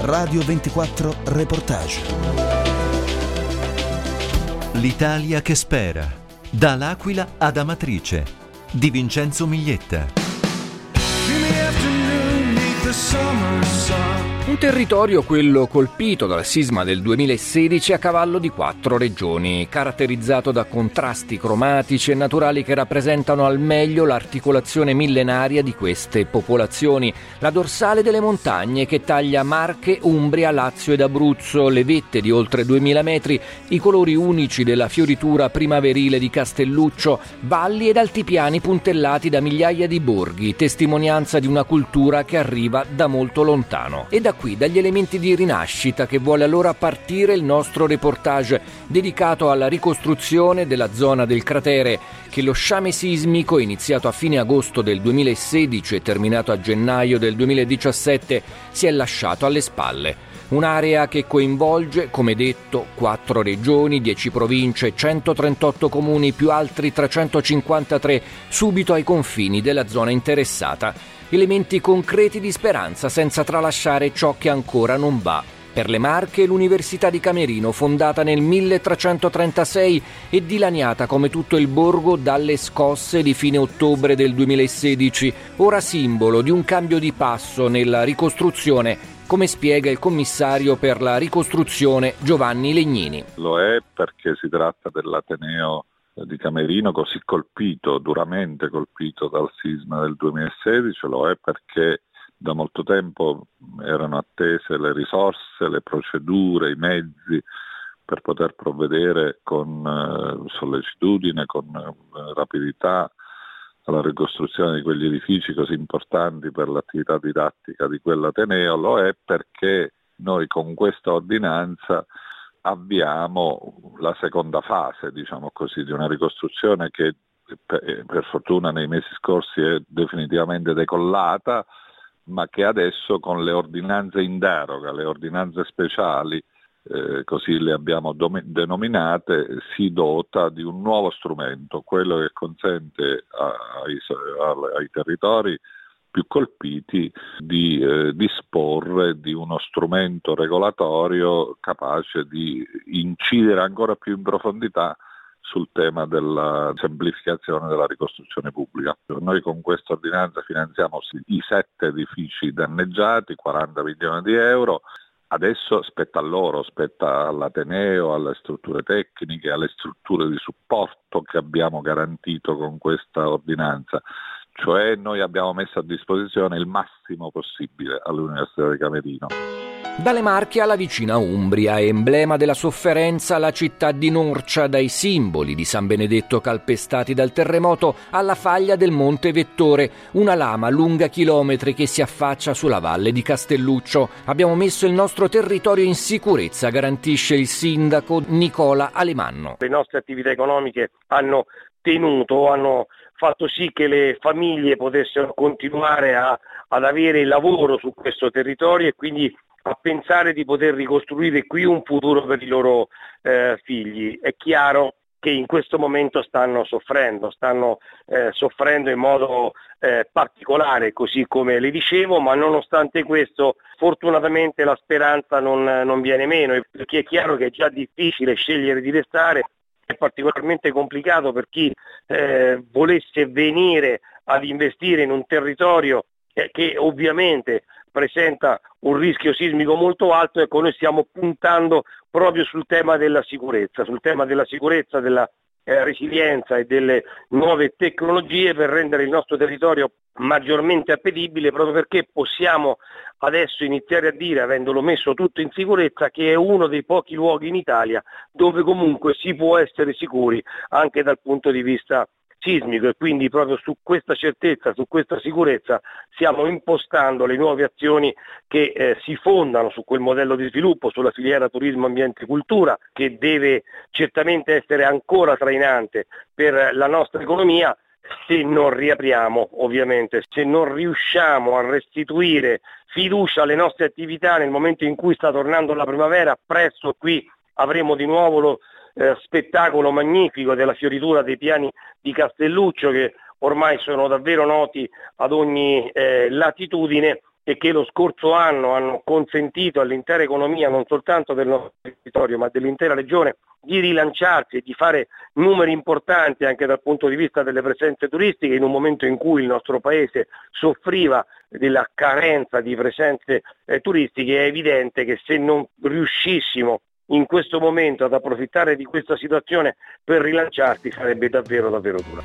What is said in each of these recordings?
Radio 24 Reportage. L'Italia che spera. Da L'Aquila ad Amatrice. Di Vincenzo Miglietta. Un territorio, quello colpito dal sisma del 2016, a cavallo di 4 regioni, caratterizzato da contrasti cromatici e naturali che rappresentano al meglio l'articolazione millenaria di queste popolazioni. La dorsale delle montagne che taglia Marche, Umbria, Lazio ed Abruzzo, le vette di oltre 2000 metri, i colori unici della fioritura primaverile di Castelluccio, valli ed altipiani puntellati da migliaia di borghi, testimonianza di una cultura che arriva da molto lontano. E da qui, dagli elementi di rinascita, che vuole allora partire il nostro reportage dedicato alla ricostruzione della zona del cratere che lo sciame sismico, iniziato a fine agosto del 2016 e terminato a gennaio del 2017, si è lasciato alle spalle. Un'area che coinvolge, come detto, 4 regioni, 10 province, 138 comuni più altri 353 subito ai confini della zona interessata. Elementi concreti di speranza senza tralasciare ciò che ancora non va. Per le Marche, l'Università di Camerino, fondata nel 1336 e dilaniata come tutto il borgo dalle scosse di fine ottobre del 2016, ora simbolo di un cambio di passo nella ricostruzione, come spiega il commissario per la ricostruzione Giovanni Legnini. Lo è perché si tratta dell'Ateneo di Camerino così colpito, duramente colpito dal sisma del 2016, lo è perché da molto tempo erano attese le risorse, le procedure, i mezzi per poter provvedere con sollecitudine, con rapidità alla ricostruzione di quegli edifici così importanti per l'attività didattica di quell'Ateneo. Lo è perché noi con questa ordinanza avviamo la seconda fase, diciamo così, di una ricostruzione che per fortuna nei mesi scorsi è definitivamente decollata, ma che adesso con le ordinanze in deroga, le ordinanze speciali, così le abbiamo denominate, si dota di un nuovo strumento, quello che consente ai territori più colpiti di disporre di uno strumento regolatorio capace di incidere ancora più in profondità sul tema della semplificazione della ricostruzione pubblica. Noi con questa ordinanza finanziamo i 7 edifici danneggiati, 40 milioni di euro. Adesso spetta a loro, spetta all'Ateneo, alle strutture tecniche, alle strutture di supporto che abbiamo garantito con questa ordinanza. Cioè noi abbiamo messo a disposizione il massimo possibile all'Università di Camerino. Dalle Marche alla vicina Umbria, emblema della sofferenza, la città di Norcia, dai simboli di San Benedetto calpestati dal terremoto alla faglia del Monte Vettore, una lama lunga chilometri che si affaccia sulla valle di Castelluccio. Abbiamo messo il nostro territorio in sicurezza, garantisce il sindaco Nicola Alemanno. Le nostre attività economiche hanno fatto sì che le famiglie potessero continuare ad avere il lavoro su questo territorio e quindi a pensare di poter ricostruire qui un futuro per i loro figli. È chiaro che in questo momento stanno soffrendo in modo particolare, così come le dicevo, ma nonostante questo fortunatamente la speranza non viene meno, perché è chiaro che è già difficile scegliere di restare. È particolarmente complicato per chi volesse venire ad investire in un territorio che ovviamente presenta un rischio sismico molto alto. Ecco, noi stiamo puntando proprio sul tema della sicurezza, della resilienza e delle nuove tecnologie per rendere il nostro territorio maggiormente appetibile, proprio perché possiamo adesso iniziare a dire, avendolo messo tutto in sicurezza, che è uno dei pochi luoghi in Italia dove comunque si può essere sicuri anche dal punto di vista sismico, e quindi proprio su questa certezza, su questa sicurezza stiamo impostando le nuove azioni che si fondano su quel modello di sviluppo, sulla filiera turismo, ambiente e cultura, che deve certamente essere ancora trainante per la nostra economia. Se non riapriamo, ovviamente, se non riusciamo a restituire fiducia alle nostre attività nel momento in cui sta tornando la primavera, presto qui avremo di nuovo lo spettacolo magnifico della fioritura dei piani di Castelluccio, che ormai sono davvero noti ad ogni latitudine, e che lo scorso anno hanno consentito all'intera economia, non soltanto del nostro territorio ma dell'intera regione, di rilanciarsi e di fare numeri importanti anche dal punto di vista delle presenze turistiche, in un momento in cui il nostro paese soffriva della carenza di presenze turistiche. È evidente che se non riuscissimo in questo momento ad approfittare di questa situazione per rilanciarsi sarebbe davvero dura.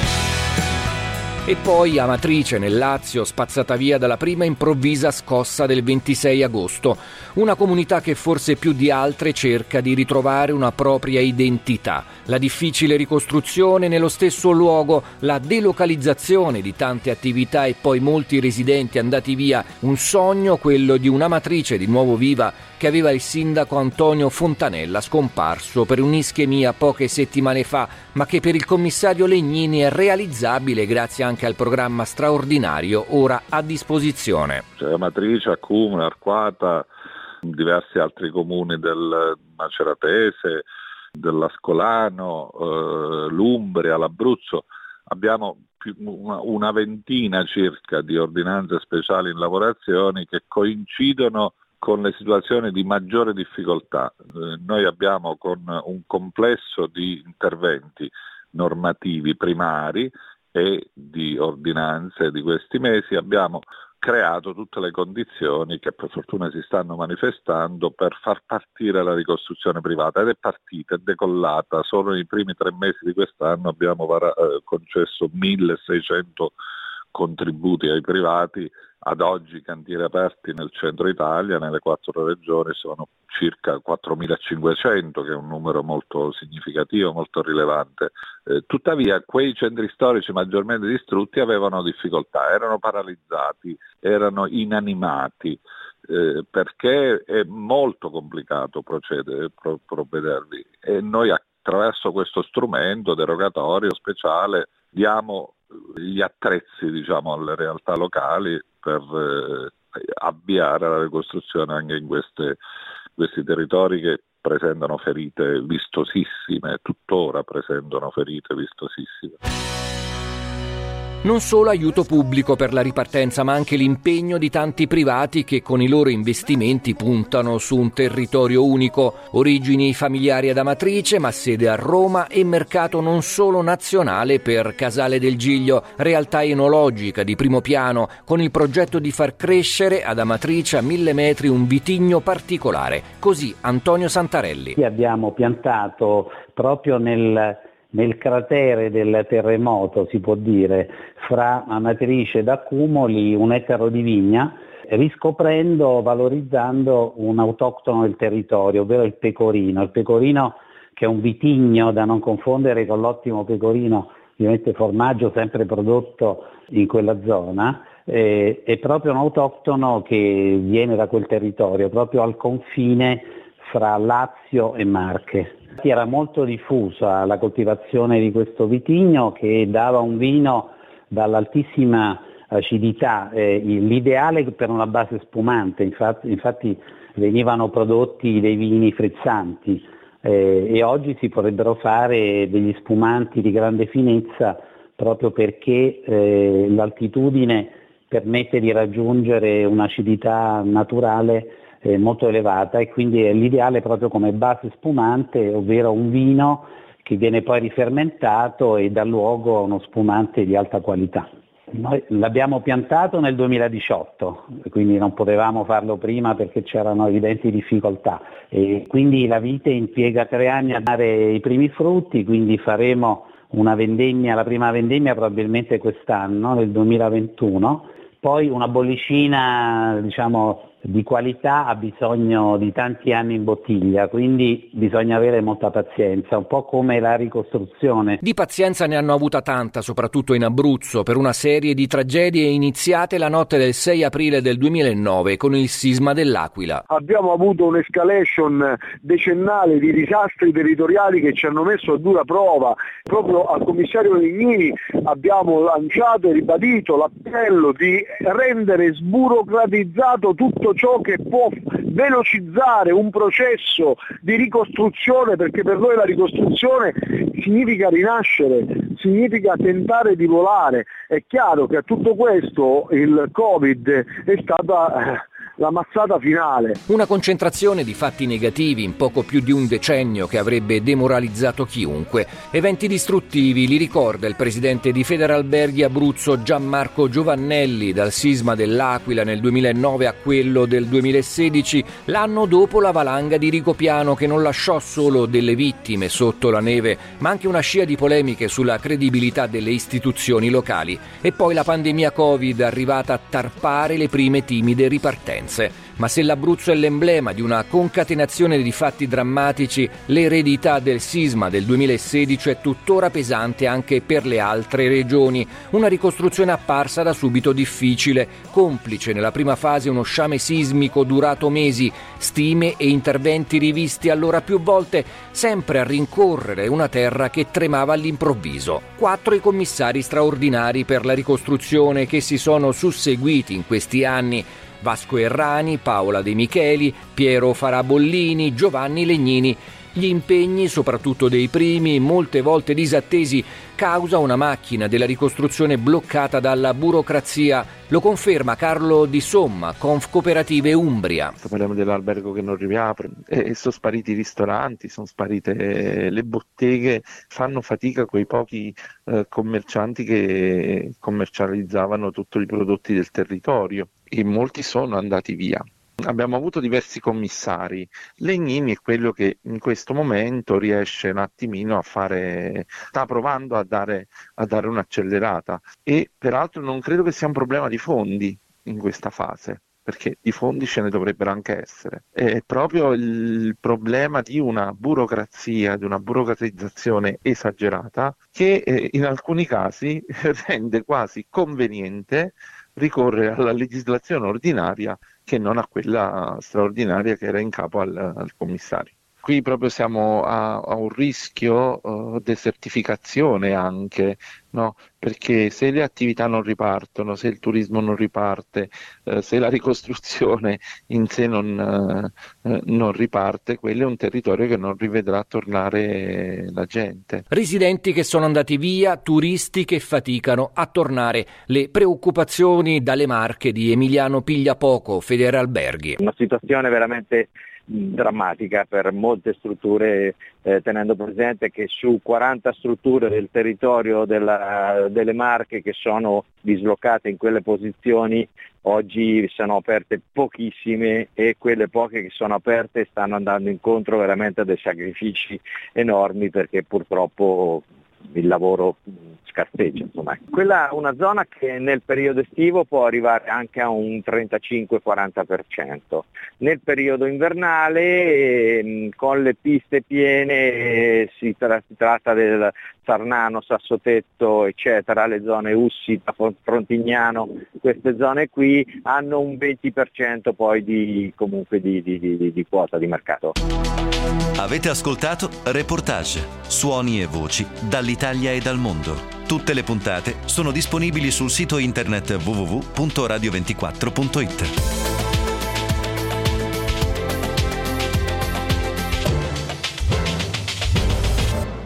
E poi Amatrice, nel Lazio, spazzata via dalla prima improvvisa scossa del 26 agosto. Una comunità che forse più di altre cerca di ritrovare una propria identità. La difficile ricostruzione nello stesso luogo, la delocalizzazione di tante attività e poi molti residenti andati via. Un sogno, quello di un'Amatrice di nuovo viva, che aveva il sindaco Antonio Fontanella, scomparso per un'ischemia poche settimane fa, ma che per il commissario Legnini è realizzabile grazie anche al programma straordinario ora a disposizione. C'è Amatrice, Accumula, Arquata, diversi altri comuni del Maceratese, dell'Ascolano, l'Umbria, l'Abruzzo. Abbiamo una ventina circa di ordinanze speciali in lavorazione che coincidono con le situazioni di maggiore difficoltà. Noi abbiamo, con un complesso di interventi normativi primari e di ordinanze di questi mesi, abbiamo creato tutte le condizioni che per fortuna si stanno manifestando per far partire la ricostruzione privata, ed è partita, è decollata. Solo nei primi 3 mesi di quest'anno abbiamo concesso 1.600 contributi ai privati. Ad oggi cantieri aperti nel centro Italia, nelle 4 regioni, sono circa 4.500, che è un numero molto significativo, molto rilevante. Tuttavia quei centri storici maggiormente distrutti avevano difficoltà, erano paralizzati, erano inanimati, perché è molto complicato provvedervi. E noi attraverso questo strumento derogatorio speciale diamo gli attrezzi, diciamo, alle realtà locali per avviare la ricostruzione anche in questi territori che presentano ferite vistosissime, tuttora presentano ferite vistosissime. Non solo aiuto pubblico per la ripartenza, ma anche l'impegno di tanti privati che con i loro investimenti puntano su un territorio unico. Origini familiari ad Amatrice, ma sede a Roma e mercato non solo nazionale per Casale del Giglio, realtà enologica di primo piano, con il progetto di far crescere ad Amatrice a 1000 metri un vitigno particolare. Così Antonio Santarelli. Abbiamo piantato proprio nel cratere del terremoto, si può dire, fra Amatrice ed Accumoli, 1 ettaro di vigna, riscoprendo, valorizzando un autoctono del territorio, ovvero il pecorino. Il pecorino, che è un vitigno da non confondere con l'ottimo pecorino, ovviamente formaggio sempre prodotto in quella zona, è proprio un autoctono che viene da quel territorio, proprio al confine fra Lazio e Marche. Era molto diffusa la coltivazione di questo vitigno, che dava un vino dall'altissima acidità, l'ideale per una base spumante. Infatti venivano prodotti dei vini frizzanti, e oggi si potrebbero fare degli spumanti di grande finezza, proprio perché l'altitudine permette di raggiungere un'acidità naturale molto elevata, e quindi è l'ideale proprio come base spumante, ovvero un vino che viene poi rifermentato e dà luogo a uno spumante di alta qualità. Noi l'abbiamo piantato nel 2018, quindi non potevamo farlo prima perché c'erano evidenti difficoltà, e quindi la vite impiega 3 anni a dare i primi frutti, quindi faremo una vendemmia, la prima vendemmia probabilmente quest'anno, nel 2021, poi una bollicina, diciamo, di qualità ha bisogno di tanti anni in bottiglia, quindi bisogna avere molta pazienza, un po' come la ricostruzione. Di pazienza ne hanno avuta tanta, soprattutto in Abruzzo, per una serie di tragedie iniziate la notte del 6 aprile del 2009 con il sisma dell'Aquila. Abbiamo avuto un'escalation decennale di disastri territoriali che ci hanno messo a dura prova. Proprio al commissario Legnini abbiamo lanciato e ribadito l'appello di rendere sburocratizzato tutto ciò che può velocizzare un processo di ricostruzione, perché per noi la ricostruzione significa rinascere, significa tentare di volare. È chiaro che a tutto questo il Covid è stata la mazzata finale. Una concentrazione di fatti negativi in poco più di un decennio che avrebbe demoralizzato chiunque. Eventi distruttivi, li ricorda il presidente di Federalberghi Abruzzo Gianmarco Giovannelli, dal sisma dell'Aquila nel 2009 a quello del 2016, l'anno dopo la valanga di Rigopiano, che non lasciò solo delle vittime sotto la neve, ma anche una scia di polemiche sulla credibilità delle istituzioni locali. E poi la pandemia Covid, arrivata a tarpare le prime timide ripartenze. Ma se l'Abruzzo è l'emblema di una concatenazione di fatti drammatici, l'eredità del sisma del 2016 è tuttora pesante anche per le altre regioni. Una ricostruzione apparsa da subito difficile, complice nella prima fase uno sciame sismico durato mesi, stime e interventi rivisti allora più volte, sempre a rincorrere una terra che tremava all'improvviso. 4 i commissari straordinari per la ricostruzione che si sono susseguiti in questi anni: Vasco Errani, Paola De Micheli, Piero Farabollini, Giovanni Legnini. Gli impegni, soprattutto dei primi, molte volte disattesi, causa una macchina della ricostruzione bloccata dalla burocrazia. Lo conferma Carlo Di Somma, Confcooperative Umbria. Parliamo dell'albergo che non riapre, sono spariti i ristoranti, sono sparite le botteghe, fanno fatica quei pochi commercianti che commercializzavano tutti i prodotti del territorio, e molti sono andati via. Abbiamo avuto diversi commissari. Legnini è quello che in questo momento riesce un attimino a fare, sta provando a dare un'accelerata, e peraltro non credo che sia un problema di fondi in questa fase, perché di fondi ce ne dovrebbero anche essere. È proprio il problema di una burocrazia, di una burocratizzazione esagerata, che in alcuni casi rende quasi conveniente ricorrere alla legislazione ordinaria che non a quella straordinaria che era in capo al commissario. Qui proprio siamo a un rischio desertificazione anche, no? Perché se le attività non ripartono, se il turismo non riparte, se la ricostruzione in sé non riparte, quello è un territorio che non rivedrà tornare la gente. Residenti che sono andati via, turisti che faticano a tornare. Le preoccupazioni dalle Marche di Emiliano Pigliapoco, Federalberghi. Una situazione veramente drammatica per molte strutture, tenendo presente che su 40 strutture del territorio delle Marche che sono dislocate in quelle posizioni, oggi sono aperte pochissime, e quelle poche che sono aperte stanno andando incontro veramente a dei sacrifici enormi, perché purtroppo il lavoro scarseggia. Insomma, quella è una zona che nel periodo estivo può arrivare anche a un 35-40%. Nel periodo invernale, con le piste piene, si tratta del Sarnano, Sassotetto, eccetera, le zone Ussita, Frontignano, queste zone qui hanno un 20% poi di quota di mercato. Avete ascoltato Reportage, suoni e voci dall'Italia e dal mondo. Tutte le puntate sono disponibili sul sito internet www.radio24.it.